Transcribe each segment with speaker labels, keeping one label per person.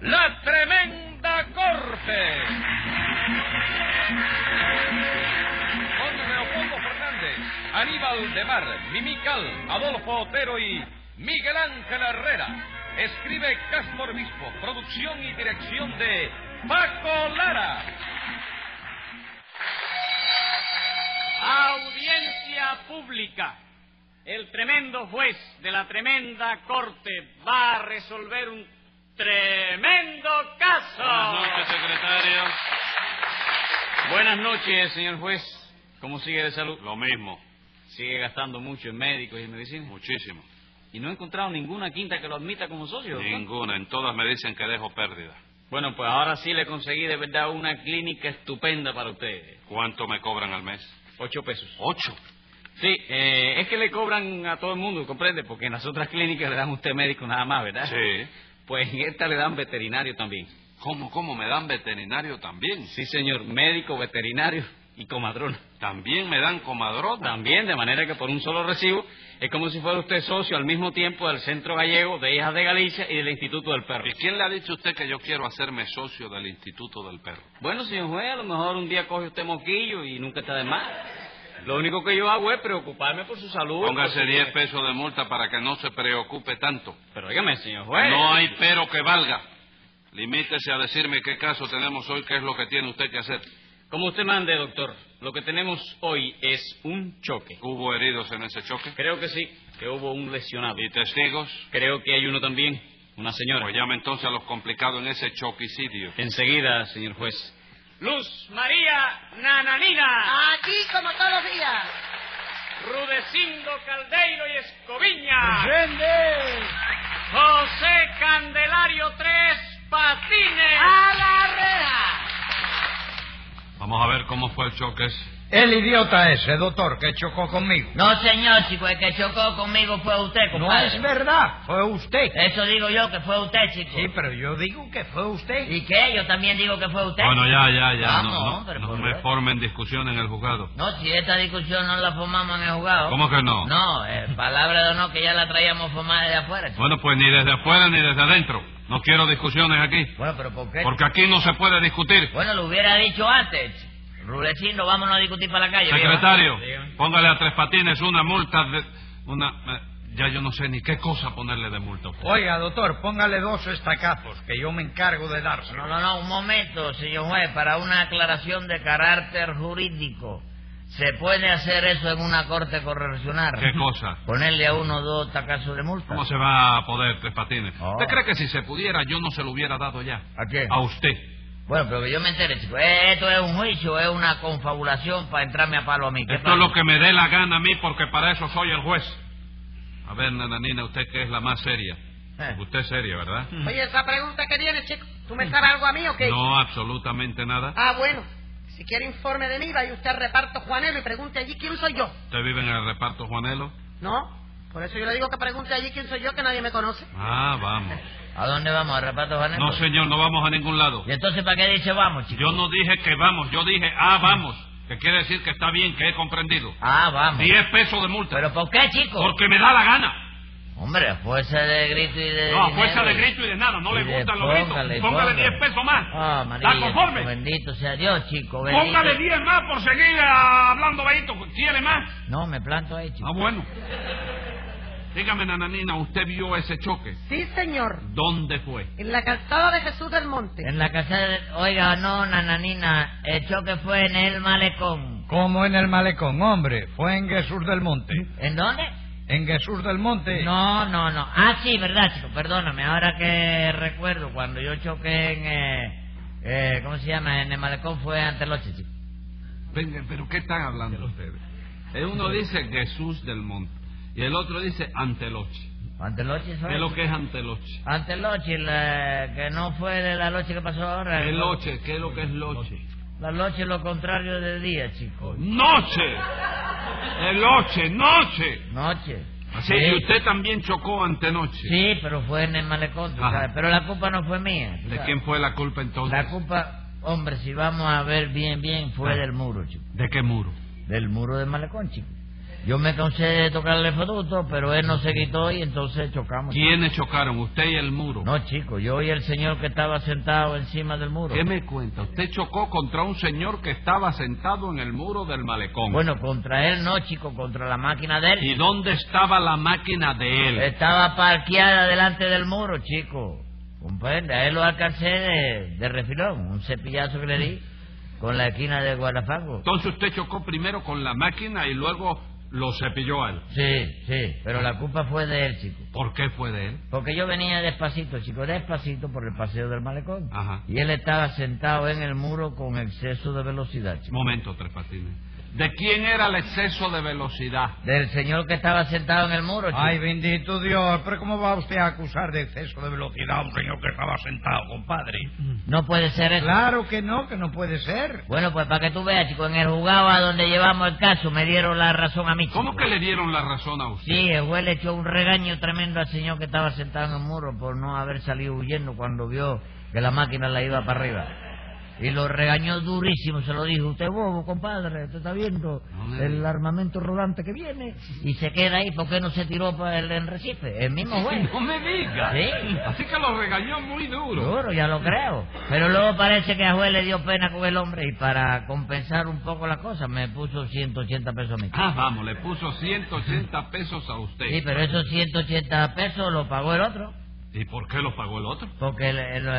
Speaker 1: La Tremenda Corte. Con Leopoldo Fernández, Aníbal de Mar, Mimical, Adolfo Otero y Miguel Ángel Herrera. Escribe Castro Obispo. Producción y dirección de Paco Lara.
Speaker 2: Audiencia pública. El tremendo juez de la tremenda corte va a resolver un tremendo caso.
Speaker 3: Buenas noches, secretario.
Speaker 2: Buenas noches, señor juez. ¿Cómo sigue de salud?
Speaker 3: Lo mismo.
Speaker 2: ¿Sigue gastando mucho en médicos y en medicina?
Speaker 3: Muchísimo.
Speaker 2: ¿Y no ha encontrado ninguna quinta que lo admita como socio, doctor?
Speaker 3: Ninguna. En todas me dicen que dejo pérdida.
Speaker 2: Bueno, pues ahora sí le conseguí de verdad una clínica estupenda para usted.
Speaker 3: ¿Cuánto me cobran al mes?
Speaker 2: 8 pesos.
Speaker 3: ¿8?
Speaker 2: Sí, es que le cobran a todo el mundo, ¿comprende? Porque en las otras clínicas le dan a usted médico nada más, ¿verdad?
Speaker 3: Sí.
Speaker 2: Pues en esta le dan veterinario también.
Speaker 3: ¿Cómo? ¿Me dan veterinario también?
Speaker 2: Sí, señor, médico, veterinario y comadrona.
Speaker 3: ¿También me dan comadrona?
Speaker 2: También, de manera que por un solo recibo es como si fuera usted socio al mismo tiempo del Centro Gallego de Hijas de Galicia y del Instituto del Perro.
Speaker 3: ¿Y quién le ha dicho a usted que yo quiero hacerme socio del Instituto del Perro?
Speaker 2: Bueno, señor juez, a lo mejor un día coge usted moquillo y nunca está de más. Lo único que yo hago es preocuparme por su salud.
Speaker 3: Póngase 10 pesos de multa para que no se preocupe tanto.
Speaker 2: Pero dígame, señor juez.
Speaker 3: No hay pero que valga. Limítese a decirme qué caso tenemos hoy, qué es lo que tiene usted que hacer.
Speaker 2: Como usted mande, doctor. Lo que tenemos hoy es un choque.
Speaker 3: ¿Hubo heridos en ese choque?
Speaker 2: Creo que sí, que hubo un lesionado.
Speaker 3: ¿Y testigos?
Speaker 2: Creo que hay uno también, una señora.
Speaker 3: Pues llame entonces a los complicados en ese choquicidio.
Speaker 2: Enseguida, señor juez. Luz María Nananina.
Speaker 4: Aquí como todos los días.
Speaker 2: Rudecindo Caldeiro y Escoviña.
Speaker 4: ¡Prende!
Speaker 2: José Candelario Tres Patines.
Speaker 4: ¡A la herrera!
Speaker 3: Vamos a ver cómo fue el choque.
Speaker 5: El idiota ese, doctor, que chocó conmigo.
Speaker 4: No, señor, chico, el que chocó conmigo fue usted,
Speaker 5: No
Speaker 4: compadre.
Speaker 5: es verdad, fue usted.
Speaker 4: Eso digo yo, que fue usted, chico.
Speaker 5: Sí, pero yo digo que fue usted.
Speaker 4: ¿Y qué? Yo también digo que fue usted.
Speaker 3: Bueno, ya.
Speaker 4: Vamos, pero
Speaker 3: no
Speaker 4: por
Speaker 3: me
Speaker 4: ver.
Speaker 3: formen discusión en el juzgado.
Speaker 4: No, si esta discusión no la formamos en el juzgado.
Speaker 3: ¿Cómo que no?
Speaker 4: No, palabra de honor que ya la traíamos formada desde afuera, chico.
Speaker 3: Bueno, pues ni desde afuera ni desde adentro. No quiero discusiones aquí.
Speaker 4: Bueno, pero ¿por qué?
Speaker 3: Porque aquí no se puede discutir.
Speaker 4: Bueno, lo hubiera dicho antes. Rudecindo, vámonos a discutir para la calle.
Speaker 3: Secretario,
Speaker 4: viejo.
Speaker 3: póngale a Tres Patines una multa de... ya yo no sé ni qué cosa ponerle de multa.
Speaker 5: Oiga, doctor, póngale 2 estacazos, que yo me encargo de dárselo.
Speaker 4: No, un momento, señor juez, para una aclaración de carácter jurídico. ¿Se puede hacer eso en una corte correccional?
Speaker 3: ¿Qué cosa?
Speaker 4: Ponerle a uno 2 tacazos de multa.
Speaker 3: ¿Cómo se va a poder, Tres Patines?
Speaker 4: Oh.
Speaker 3: ¿Usted cree que si se pudiera yo no se lo hubiera dado ya?
Speaker 4: ¿A qué?
Speaker 3: A usted.
Speaker 4: Bueno, pero que yo me entere, chico. Esto es un juicio, es una confabulación para entrarme a palo a mí. ¿Qué
Speaker 3: Esto
Speaker 4: pasa?
Speaker 3: es lo que me dé la gana a mí porque para eso soy el juez. A ver, nananina, usted que es la más seria. Usted es seria, ¿verdad?
Speaker 6: Oye, esa pregunta que tiene, chico, ¿tú me sabes algo a mí o qué?
Speaker 3: No, absolutamente nada.
Speaker 6: Ah, bueno. Si quiere informe de mí, vaya usted al reparto Juanelo y pregunte allí quién soy yo.
Speaker 3: ¿Usted vive en el reparto Juanelo?
Speaker 6: No, por eso yo le digo que pregunte allí quién soy yo, que nadie me conoce.
Speaker 3: Ah, vamos.
Speaker 4: ¿A dónde vamos? ¿Al reparto Juanelo?
Speaker 3: No, señor, no vamos a ningún lado.
Speaker 4: ¿Y entonces para qué dice vamos, chico?
Speaker 3: Yo no dije que vamos, yo dije, vamos. Que quiere decir que está bien, que he comprendido.
Speaker 4: Ah, vamos.
Speaker 3: 10 pesos de multa.
Speaker 4: ¿Pero por qué, chico?
Speaker 3: Porque me da la gana.
Speaker 4: Hombre, a fuerza de grito y de
Speaker 3: No, a
Speaker 4: dinero.
Speaker 3: fuerza de grito y de nada, no
Speaker 4: Y
Speaker 3: le
Speaker 4: de
Speaker 3: gustan los gritos. Póngale 10 pesos más.
Speaker 4: Ah, María,
Speaker 3: ¿Está conforme?
Speaker 4: chico, bendito sea Dios, chico. Bendito.
Speaker 3: Póngale 10 más por seguir hablando bajito. ¿Quiere más?
Speaker 4: No, me planto ahí, chico.
Speaker 3: Ah, bueno. Dígame, nananina, ¿usted vio ese choque?
Speaker 6: Sí, señor.
Speaker 3: ¿Dónde fue?
Speaker 6: En la calzada de Jesús del Monte.
Speaker 4: En la casa de... Oiga, no, nananina, el choque fue en el malecón.
Speaker 5: ¿Cómo en el malecón? Hombre, fue en Jesús del Monte.
Speaker 4: ¿En dónde?
Speaker 5: ¿En Jesús del Monte?
Speaker 4: No. Ah, sí, verdad, chico, perdóname. Ahora que recuerdo, cuando yo choqué en... ¿cómo se llama? En el malecón fue Anteloche, chico.
Speaker 3: Venga, ¿pero qué están hablando ustedes? Uno dice Jesús del Monte y el otro dice Anteloche.
Speaker 4: ¿Anteloche fue?
Speaker 3: ¿Qué es lo que es Anteloche?
Speaker 4: Anteloche, que no fue de la noche que pasó ahora.
Speaker 3: ¿Qué loche? ¿Qué es lo que es loche?
Speaker 4: La noche es lo contrario del día, chico.
Speaker 3: ¡Noche! ¡El loche! ¡Noche!
Speaker 4: Noche.
Speaker 3: Así, y usted también chocó antenoche.
Speaker 4: Sí, pero fue en el malecón, tú
Speaker 3: Ajá.
Speaker 4: sabes. Pero la culpa no fue mía. tú
Speaker 3: ¿De
Speaker 4: sabes.
Speaker 3: quién fue la culpa entonces?
Speaker 4: La culpa, hombre, si vamos a ver bien, fue
Speaker 3: Ah.
Speaker 4: del muro, chico.
Speaker 3: ¿De qué muro?
Speaker 4: Del muro del malecón, chico. Yo me cansé de tocarle fotuto, pero él no se quitó y entonces chocamos.
Speaker 3: ¿Quiénes chocaron? ¿Usted y el muro?
Speaker 4: No, chico, yo y el señor que estaba sentado encima del muro.
Speaker 3: ¿Qué me cuenta? Usted chocó contra un señor que estaba sentado en el muro del malecón.
Speaker 4: Bueno, contra él no, chico, contra la máquina de él.
Speaker 3: ¿Y dónde estaba la máquina de él?
Speaker 4: Estaba parqueada delante del muro, chico. Comprende, a él lo alcancé de refilón, un cepillazo que le di con la esquina de Guardafango.
Speaker 3: Entonces usted chocó primero con la máquina y luego lo cepilló a él.
Speaker 4: Sí, pero la culpa fue de él, chico.
Speaker 3: ¿Por qué fue de él?
Speaker 4: Porque yo venía despacito, chico, despacito por el paseo del malecón.
Speaker 3: Ajá.
Speaker 4: Y él estaba sentado en el muro con exceso de velocidad, chico.
Speaker 3: Momento, Tres Patines. ¿De quién era el exceso de velocidad?
Speaker 4: Del señor que estaba sentado en el muro, chico.
Speaker 5: Ay, bendito Dios, pero ¿cómo va usted a acusar de exceso de velocidad a un señor que estaba sentado, compadre?
Speaker 4: No puede ser eso.
Speaker 5: Claro que no puede ser.
Speaker 4: Bueno, pues para que tú veas, chico, en el juzgado a donde llevamos el caso me dieron la razón a mí, chico.
Speaker 3: ¿Cómo que le dieron la razón a usted?
Speaker 4: Sí, el juez le echó un regaño tremendo al señor que estaba sentado en el muro por no haber salido huyendo cuando vio que la máquina la iba para arriba. Y lo regañó durísimo, se lo dijo: usted bobo, compadre, usted está viendo el armamento rodante que viene y se queda ahí. ¿Por qué no se tiró para el Recife? El mismo juez.
Speaker 3: No me diga.
Speaker 4: Sí.
Speaker 3: Así que lo regañó muy duro.
Speaker 4: Duro, ya lo creo. Pero luego parece que a juez le dio pena con el hombre y para compensar un poco la cosa me puso 180 pesos a mí.
Speaker 3: Ah, vamos, le puso 180 pesos a usted.
Speaker 4: Sí, pero esos 180 pesos lo pagó el otro.
Speaker 3: ¿Y por qué lo pagó el otro?
Speaker 4: Porque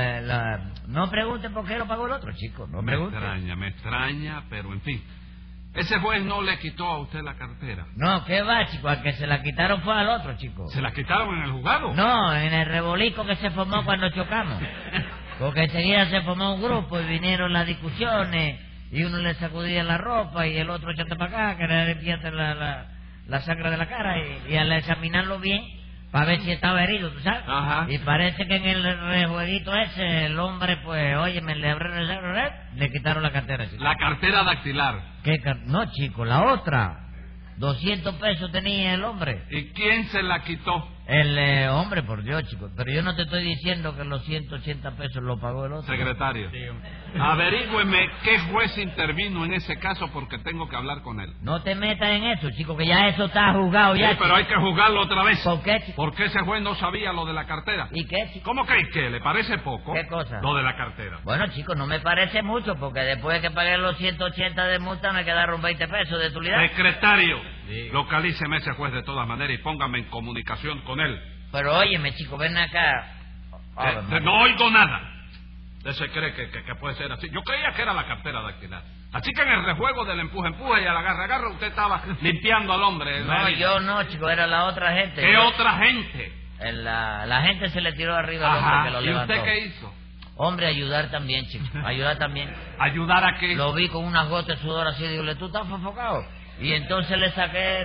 Speaker 4: no pregunte por qué lo pagó el otro, chico. No pregunte.
Speaker 3: Me extraña, pero en fin. Ese juez no le quitó a usted la cartera.
Speaker 4: No, ¿qué va, chico? Al que se la quitaron fue al otro, chico.
Speaker 3: ¿Se la quitaron en el juzgado?
Speaker 4: No, en el rebolico que se formó cuando chocamos. Porque enseguida se formó un grupo y vinieron las discusiones y uno le sacudía la ropa y el otro echate para acá, que le limpiaste la sangre de la cara y al examinarlo bien para ver si estaba herido, ¿tú sabes?
Speaker 3: Ajá.
Speaker 4: Y parece que en el rejueguito ese, el hombre, pues, óyeme, le quitaron la cartera, chico.
Speaker 3: La cartera dactilar.
Speaker 4: No, chico, la otra. 200 pesos tenía el hombre.
Speaker 3: ¿Y quién se la quitó?
Speaker 4: El hombre, por Dios, chico. Pero yo no te estoy diciendo que los 180 pesos lo pagó el otro.
Speaker 3: Secretario, averígüeme qué juez intervino en ese caso porque tengo que hablar con él.
Speaker 4: No te metas en eso, chico, que ya eso está juzgado ya.
Speaker 3: Sí, pero hay que juzgarlo otra vez.
Speaker 4: ¿Por qué, chico?
Speaker 3: Porque ese juez no sabía lo de la cartera.
Speaker 4: ¿Y qué, chico?
Speaker 3: ¿Cómo que y qué? ¿Le parece poco?
Speaker 4: ¿Qué cosa?
Speaker 3: Lo de la cartera.
Speaker 4: Bueno, chico, no me parece mucho, porque después de que pagué los 180 de multa me quedaron 20 pesos de utilidad.
Speaker 3: Secretario,
Speaker 4: Sí.
Speaker 3: localíceme ese juez de todas maneras y póngame en comunicación con él.
Speaker 4: Pero óyeme, chico, ven acá.
Speaker 3: No oigo nada. ¿Usted se cree que puede ser así? Yo creía que era la cartera dactilar. Así que en el rejuego del empuje y al agarre usted estaba limpiando al hombre.
Speaker 4: No, yo no, chico, era la otra gente.
Speaker 3: ¿Qué otra gente?
Speaker 4: La gente se le tiró arriba al hombre que lo
Speaker 3: ¿Y
Speaker 4: levantó.
Speaker 3: usted qué hizo?
Speaker 4: Hombre, ayudar también, chico, ayudar también.
Speaker 3: ¿Ayudar a qué?
Speaker 4: Lo vi con unas gotas de sudor así, digo, ¿tú estás sofocado? Y entonces le saqué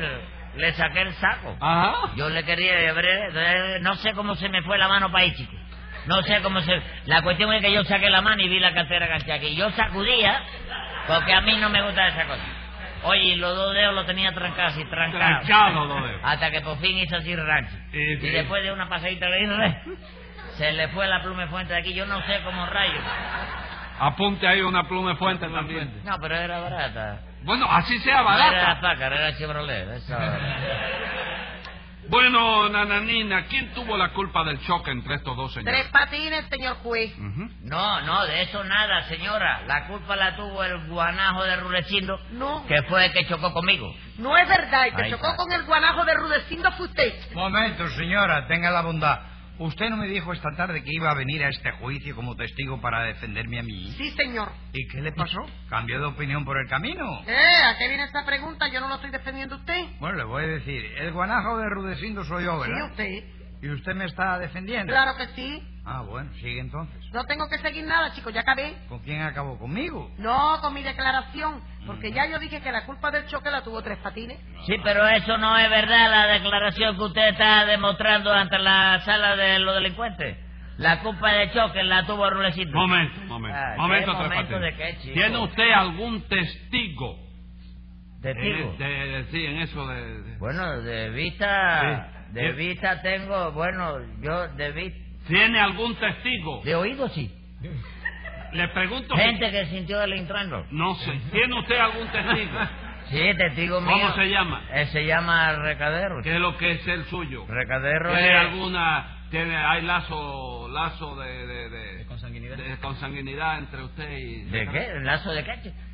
Speaker 4: el saco.
Speaker 3: Ajá.
Speaker 4: Yo le quería abrir, no sé cómo se me fue la mano para ahí, chico. No sé cómo se... La cuestión es que yo saqué la mano y vi la cartera ganchada aquí. Yo sacudía, porque a mí no me gusta esa cosa. Oye, y los dos dedos los tenía trancados y trancados.
Speaker 3: Trancados los dedos.
Speaker 4: Hasta que por fin hizo así rancho.
Speaker 3: Sí.
Speaker 4: Y después de una pasadita le dije, se le fue la pluma de fuente de aquí. Yo no sé cómo rayos.
Speaker 3: Apunte ahí una pluma de fuente también.
Speaker 4: No, pero era barata.
Speaker 3: Bueno, así sea
Speaker 4: No era
Speaker 3: barata.
Speaker 4: Packard, era Chevrolet. Esa...
Speaker 3: Bueno, Nananina, ¿quién tuvo la culpa del choque entre estos dos señores?
Speaker 6: Tres Patines, señor juez.
Speaker 3: Ujú.
Speaker 4: No, de eso nada, señora. La culpa la tuvo el guanajo de Rudecindo,
Speaker 6: No.
Speaker 4: que fue el que chocó conmigo.
Speaker 6: No es verdad, el que
Speaker 4: Ahí
Speaker 6: chocó
Speaker 4: está.
Speaker 6: con el guanajo de Rudecindo fue usted.
Speaker 5: Momento, señora, tenga la bondad. Usted no me dijo esta tarde que iba a venir a este juicio como testigo para defenderme a mí.
Speaker 6: Sí, señor.
Speaker 5: ¿Y qué le pasó? ¿Cambió de opinión por el camino?
Speaker 6: ¿A qué viene esta pregunta? Yo no lo estoy defendiendo a usted.
Speaker 5: Bueno, le voy a decir, el guanajo de Rudecindo soy yo,
Speaker 6: Sí,
Speaker 5: ¿verdad?
Speaker 6: usted.
Speaker 5: ¿Y usted me está defendiendo?
Speaker 6: Claro que sí.
Speaker 5: Ah, bueno, sigue entonces.
Speaker 6: No tengo que seguir nada, chicos, ya acabé.
Speaker 5: ¿Con quién acabó? ¿Conmigo?
Speaker 6: No, con mi declaración, porque ya yo dije que la culpa del choque la tuvo Tres Patines.
Speaker 4: Sí, pero eso no es verdad, la declaración que usted está demostrando ante la sala de los delincuentes. La culpa del choque la tuvo Rudecindo.
Speaker 3: Momento,
Speaker 4: ¿qué
Speaker 3: Tres
Speaker 4: momento
Speaker 3: Patines.
Speaker 4: de qué, chico?
Speaker 3: ¿Tiene usted algún testigo?
Speaker 4: ¿Testigo?
Speaker 3: Sí, en eso de...
Speaker 4: Bueno, de vista...
Speaker 3: Sí.
Speaker 4: De vista tengo... Bueno, yo de vista...
Speaker 3: ¿Tiene algún testigo?
Speaker 4: De oído sí.
Speaker 3: Le pregunto...
Speaker 4: Gente que sintió el intrueno.
Speaker 3: No sé. ¿Tiene usted algún testigo?
Speaker 4: Sí, testigo mío.
Speaker 3: ¿Cómo se llama?
Speaker 4: Se llama Recadero.
Speaker 3: ¿Qué es lo que es el suyo?
Speaker 4: Recadero
Speaker 3: ¿Tiene
Speaker 4: es...
Speaker 3: alguna... hay lazo de
Speaker 2: consanguinidad.
Speaker 3: de consanguinidad entre usted y...
Speaker 4: ¿De qué? ¿Lazo de qué, chico?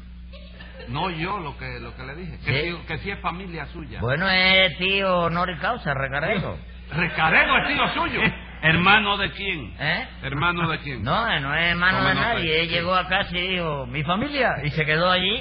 Speaker 3: No, yo lo que le dije.
Speaker 4: ¿Sí?
Speaker 3: Que sí es familia suya.
Speaker 4: Bueno, es tío honor y causa, Recadero.
Speaker 3: ¿Recarego es tío suyo? ¿Hermano de quién?
Speaker 4: ¿Eh?
Speaker 3: ¿Hermano de quién?
Speaker 4: No es hermano
Speaker 3: ¿Cómo
Speaker 4: de
Speaker 3: no?
Speaker 4: nadie. Él
Speaker 3: Sí.
Speaker 4: llegó a casa y dijo, mi familia, y se quedó allí.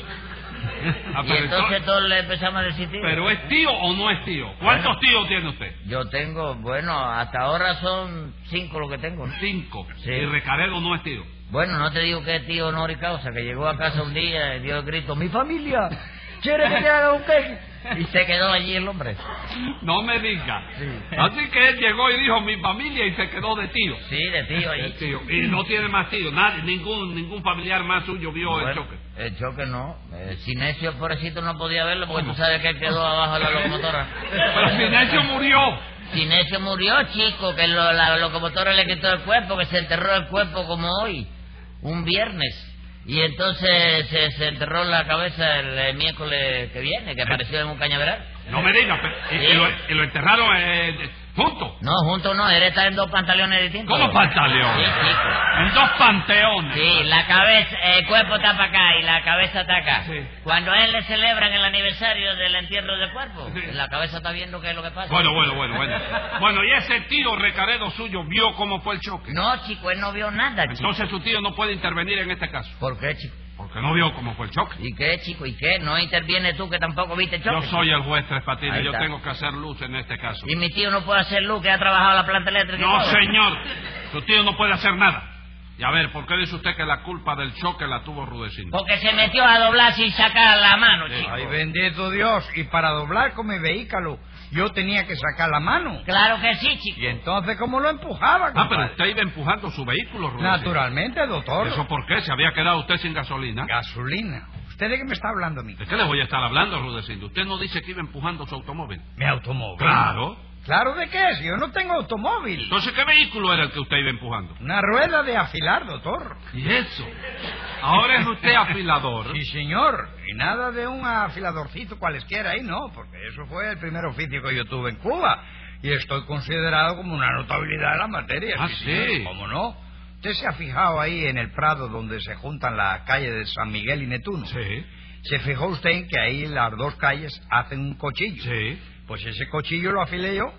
Speaker 3: Ah,
Speaker 4: Y
Speaker 3: pero
Speaker 4: entonces todos le empezamos a decir tío.
Speaker 3: ¿Pero es tío o no es tío? ¿Cuántos
Speaker 4: Bueno.
Speaker 3: tíos tiene usted?
Speaker 4: Yo tengo, bueno, hasta ahora son 5 lo que tengo, ¿no?
Speaker 3: 5.
Speaker 4: Sí.
Speaker 3: Y Recarego no es tío.
Speaker 4: Bueno, no te digo que es tío honor y causa, que llegó a casa un día y dio el grito, mi familia, ¿quiere que te haga un cake? Y se quedó allí el hombre.
Speaker 3: No me diga.
Speaker 4: Sí.
Speaker 3: Así que él llegó y dijo mi familia y se quedó de tío.
Speaker 4: Sí, de tío allí.
Speaker 3: El tío. Y no tiene más tío. Nadie, ningún familiar más suyo vio el
Speaker 4: Bueno,
Speaker 3: choque.
Speaker 4: el choque no. Sinesio, pobrecito, no podía verlo porque tú sabes que él quedó abajo de la locomotora.
Speaker 3: Pero Sinesio murió.
Speaker 4: Sinesio murió, chico, que la locomotora le quitó el cuerpo, que se enterró el cuerpo como hoy, un viernes. Y entonces se enterró la cabeza el miércoles que viene, que apareció en un cañaveral.
Speaker 3: No me diga.
Speaker 4: Sí.
Speaker 3: Y lo enterraron juntos.
Speaker 4: No, juntos no, él está en 2 pantalones distintos.
Speaker 3: ¿Cómo pantaleón?
Speaker 4: Sí, chico.
Speaker 3: En 2 panteones.
Speaker 4: Sí, la cabeza, el cuerpo está para acá y la cabeza está acá.
Speaker 3: Sí.
Speaker 4: Cuando a él le celebran el aniversario del entierro del cuerpo,
Speaker 3: Sí.
Speaker 4: la cabeza está viendo qué es lo que pasa.
Speaker 3: Bueno. Bueno, y ese tío Recaredo suyo vio cómo fue el choque.
Speaker 4: No, chico, él no vio nada, chico.
Speaker 3: Entonces su tío no puede intervenir en este caso.
Speaker 4: ¿Por qué, chico?
Speaker 3: Porque no vio cómo fue el choque.
Speaker 4: ¿Y qué, chico? ¿Y qué? ¿No interviene tú que tampoco viste el choque?
Speaker 3: Yo soy el juez Tres Patines.
Speaker 4: Ahí
Speaker 3: Yo
Speaker 4: está.
Speaker 3: tengo que hacer luz en este caso.
Speaker 4: Y mi tío no puede hacer luz, que ha trabajado en la planta eléctrica. y
Speaker 3: No,
Speaker 4: todo.
Speaker 3: señor. Su tío no puede hacer nada. Y a ver, ¿por qué dice usted que la culpa del choque la tuvo Rudecindo?
Speaker 4: Porque se metió a doblar sin sacar la mano, chico.
Speaker 5: Ay, bendito Dios. Y para doblar con mi vehículo, yo tenía que sacar la mano.
Speaker 4: Claro que sí, chico.
Speaker 5: Y entonces, ¿cómo lo empujaba,
Speaker 3: Ah, pero
Speaker 5: compadre?
Speaker 3: usted iba empujando su vehículo, Rudecindo.
Speaker 5: Naturalmente, doctor.
Speaker 3: ¿Eso por qué? ¿Se había quedado usted sin gasolina?
Speaker 5: Gasolina. ¿Usted de qué me está hablando a mí?
Speaker 3: ¿De qué le voy a estar hablando, Rudecindo? Usted no dice que iba empujando su automóvil.
Speaker 5: ¿Mi automóvil?
Speaker 3: Claro.
Speaker 5: ¿Claro de qué? Si yo no tengo automóvil.
Speaker 3: Entonces, ¿qué vehículo era el que usted iba empujando?
Speaker 5: Una rueda de afilar, doctor.
Speaker 3: ¿Y eso? Ahora es usted afilador.
Speaker 5: Sí, señor. Y nada de un afiladorcito cualesquiera ahí, no, porque eso fue el primer oficio que yo tuve en Cuba. Y estoy considerado como una notabilidad en la materia.
Speaker 3: Ah,
Speaker 5: señor.
Speaker 3: sí.
Speaker 5: ¿Cómo no? ¿Usted se ha fijado ahí en el prado donde se juntan las calles de San Miguel y Netuno?
Speaker 3: Sí,
Speaker 5: ¿Se fijó usted en que ahí las 2 calles hacen un cochillo?
Speaker 3: sí.
Speaker 5: Pues ese cochillo lo afilé yo.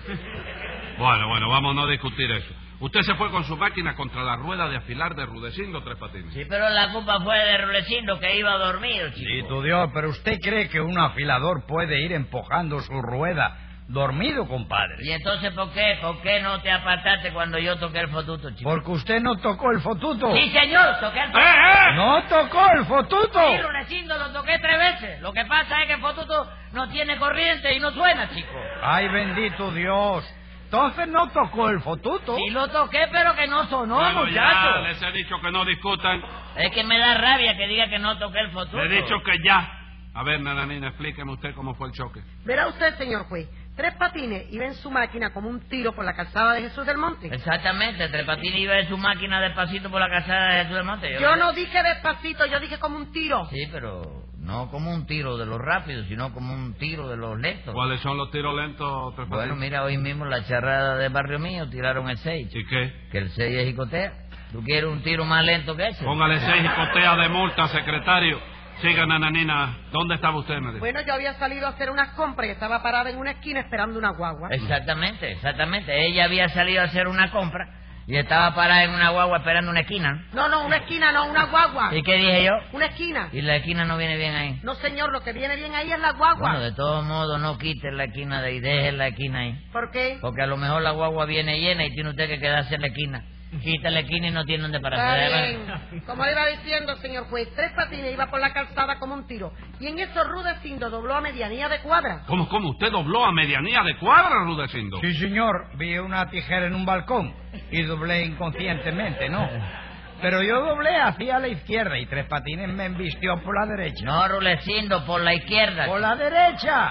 Speaker 3: Bueno, vamos a no discutir eso. Usted se fue con su máquina contra la rueda de afilar de Rudecindo Tres Patines.
Speaker 4: Sí, pero la culpa fue de Rulecindo, que iba dormido, chico.
Speaker 5: Sí, tu Dios, pero ¿usted cree que un afilador puede ir empujando su rueda dormido, compadre?
Speaker 4: ¿Y entonces por qué? ¿Por qué no te apartaste cuando yo toqué el fotuto, chico?
Speaker 5: Porque usted no tocó el fotuto.
Speaker 4: Sí, señor, toqué el fotuto.
Speaker 5: ¡No tocó el fotuto!
Speaker 4: Sí, Rulecindo, lo toqué 3 veces. Lo que pasa es que el fotuto no tiene corriente y no suena, chico.
Speaker 5: ¡Ay, bendito Dios! Entonces no tocó el fotuto.
Speaker 4: Sí lo toqué, pero que no sonó,
Speaker 3: Bueno, ya
Speaker 4: muchacho.
Speaker 3: les he dicho que no discutan.
Speaker 4: Es que me da rabia que diga que no toqué el fotuto.
Speaker 3: Le he dicho que ya. A ver, nananina, explíqueme usted cómo fue el choque.
Speaker 6: Verá usted, señor juez, Tres Patines iba en su máquina como un tiro por la calzada de Jesús del Monte.
Speaker 4: Exactamente, Tres Patines iba en su máquina despacito por la casa de Jesús del Monte.
Speaker 6: Yo no dije despacito, yo dije como un tiro.
Speaker 4: Sí, pero no como un tiro de los rápidos, sino como un tiro de los lentos.
Speaker 3: ¿Cuáles son los tiros lentos, Tres Patines?
Speaker 4: Bueno, mira, hoy mismo la charrada del barrio mío tiraron el 6.
Speaker 3: ¿Y qué?
Speaker 4: Que el 6 es jicotea. ¿Tú quieres un tiro más lento que ese?
Speaker 3: Póngale 6 hipoteas de multa, secretario. Siga, nananina. ¿Dónde estaba usted, me dijo?
Speaker 6: Bueno, yo había salido a hacer unas compras y estaba parada en una esquina esperando una guagua.
Speaker 4: Exactamente. Ella había salido a hacer una compra y estaba parada en una guagua esperando una esquina.
Speaker 6: No, una esquina no, una guagua.
Speaker 4: ¿Y qué dije yo?
Speaker 6: Una esquina.
Speaker 4: Y la esquina no viene bien ahí.
Speaker 6: No, señor, lo que viene bien ahí es la guagua.
Speaker 4: Bueno, de todos modos, no quites la esquina de ahí, deje la esquina ahí.
Speaker 6: ¿Por qué?
Speaker 4: Porque a lo mejor la guagua viene llena y tiene usted que quedarse en la esquina. Quita la esquina y no tiene donde
Speaker 6: Está
Speaker 4: pararse.
Speaker 6: bien. Como le iba diciendo, señor juez, Tres Patines iba por la calzada como un tiro. Y en eso Rudecindo dobló a medianía de cuadra.
Speaker 3: ¿Cómo? ¿Usted dobló a medianía de cuadra, Rudecindo?
Speaker 5: Sí, señor. Vi una tijera en un balcón y doblé inconscientemente, ¿no? Pero yo doblé hacia la izquierda y Tres Patines me embistió por la derecha.
Speaker 4: No, Rulecindo, por la izquierda.
Speaker 5: ¡Por la derecha!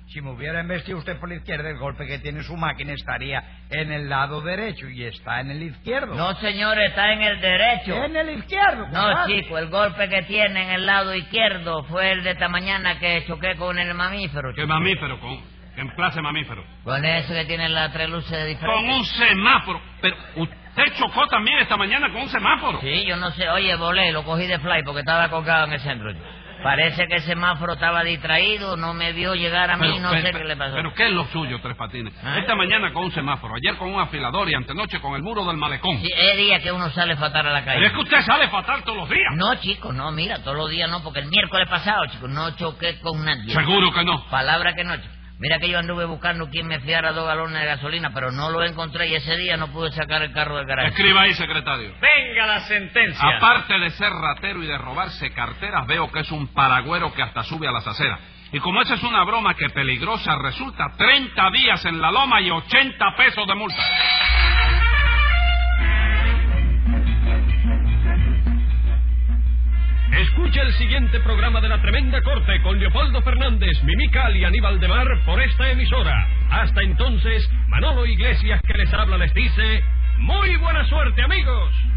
Speaker 5: Si me hubiera embestido usted por la izquierda, el golpe que tiene su máquina estaría en el lado derecho y está en el izquierdo.
Speaker 4: No, señor, está en el derecho.
Speaker 5: En el izquierdo,
Speaker 4: No,
Speaker 5: compadre.
Speaker 4: chico, el golpe que tiene en el lado izquierdo fue el de esta mañana que choqué con el mamífero.
Speaker 3: ¿Qué
Speaker 4: chico.
Speaker 3: mamífero? ¿En clase mamífero?
Speaker 4: Con ese que tiene las 3 luces diferentes.
Speaker 3: Con un semáforo. Pero usted chocó también esta mañana con un semáforo.
Speaker 4: Sí, yo no sé. Oye, volé, lo cogí de fly porque estaba colgado en el centro. Parece que el semáforo estaba distraído, no me vio llegar a mí, no sé qué le pasó.
Speaker 3: Pero ¿qué es lo suyo, Tres Patines?
Speaker 4: ¿Ah?
Speaker 3: Esta mañana con un semáforo, ayer con un afilador y antenoche con el muro del malecón.
Speaker 4: Sí, es día que uno sale fatal a la calle.
Speaker 3: Pero es que usted sale fatal todos los días.
Speaker 4: No, chico, no, mira, todos los días no, porque el miércoles pasado, chico, no choqué con nadie.
Speaker 3: Seguro que no.
Speaker 4: Palabra que no, chico. Mira que yo anduve buscando quien me fiara 2 galones de gasolina, pero no lo encontré y ese día no pude sacar el carro del garaje.
Speaker 3: Escriba ahí, secretario.
Speaker 2: Venga la sentencia.
Speaker 3: Aparte de ser ratero y de robarse carteras, veo que es un paragüero que hasta sube a las aceras. Y como esa es una broma que peligrosa resulta, 30 días en la loma y 80 pesos de multa.
Speaker 7: Escucha el siguiente programa de La Tremenda Corte con Leopoldo Fernández, Mimical y Aníbal de Mar por esta emisora. Hasta entonces, Manolo Iglesias que les habla les dice... ¡Muy buena suerte, amigos!